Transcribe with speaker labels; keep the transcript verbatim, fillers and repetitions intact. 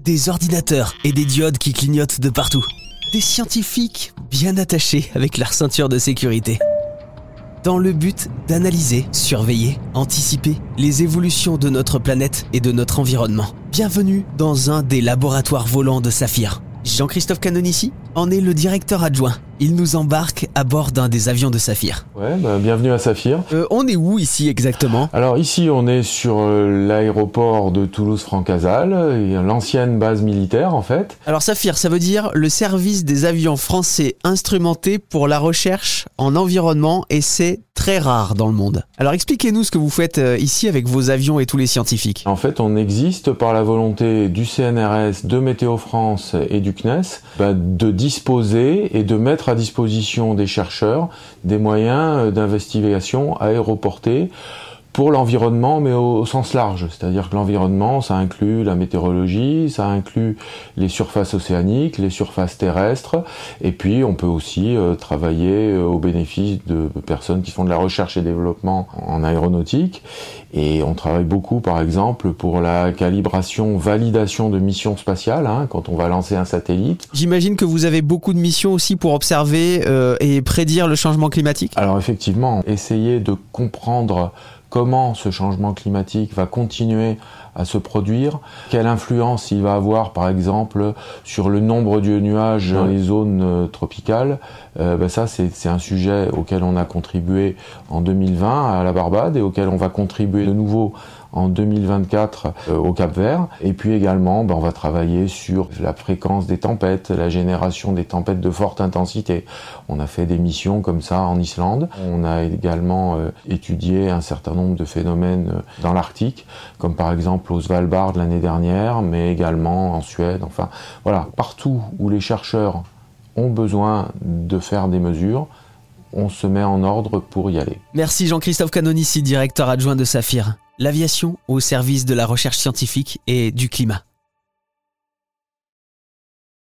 Speaker 1: des ordinateurs et des diodes qui clignotent de partout. Des scientifiques bien attachés avec leur ceinture de sécurité. Dans le but d'analyser, surveiller, anticiper les évolutions de notre planète et de notre environnement. Bienvenue dans un des laboratoires volants de Saphir. Jean-Christophe Canonici en est le directeur adjoint. Il nous embarque à bord d'un des avions de Saphir.
Speaker 2: Ouais, bah, bienvenue à Saphir.
Speaker 1: Euh, on est où ici exactement ?
Speaker 2: Alors ici, on est sur euh, l'aéroport de Toulouse-Francazal, l'ancienne base militaire en fait.
Speaker 1: Alors Saphir, ça veut dire le service des avions français instrumentés pour la recherche en environnement, et c'est très rare dans le monde. Alors expliquez-nous ce que vous faites euh, ici avec vos avions et tous les scientifiques.
Speaker 2: En fait, on existe par la volonté du C N R S, de Météo France et du C N E S bah, de disposer et de mettre à disposition des chercheurs des moyens d'investigation aéroportés pour l'environnement, mais au, au sens large. C'est-à-dire que l'environnement, ça inclut la météorologie, ça inclut les surfaces océaniques, les surfaces terrestres, et puis on peut aussi euh, travailler euh, au bénéfice de personnes qui font de la recherche et développement en aéronautique. Et on travaille beaucoup, par exemple, pour la calibration, validation de missions spatiales, hein, quand on va lancer un satellite.
Speaker 1: J'imagine que vous avez beaucoup de missions aussi pour observer euh, et prédire le changement climatique.
Speaker 2: Alors effectivement, essayer de comprendre comment ce changement climatique va continuer à se produire, quelle influence il va avoir par exemple sur le nombre de nuages dans les zones euh, tropicales. Euh, ben ça c'est, c'est un sujet auquel on a contribué en deux mille vingt à la Barbade et auquel on va contribuer de nouveau en deux mille vingt-quatre euh, au Cap-Vert. Et puis également, ben, on va travailler sur la fréquence des tempêtes, la génération des tempêtes de forte intensité. On a fait des missions comme ça en Islande. On a également euh, étudié un certain nombre de phénomènes euh, dans l'Arctique, comme par exemple au Svalbard l'année dernière, mais également en Suède. Enfin, voilà, partout où les chercheurs ont besoin de faire des mesures, on se met en ordre pour y aller.
Speaker 1: Merci Jean-Christophe Canonici, directeur adjoint de Saphir. L'aviation au service de la recherche scientifique et du climat.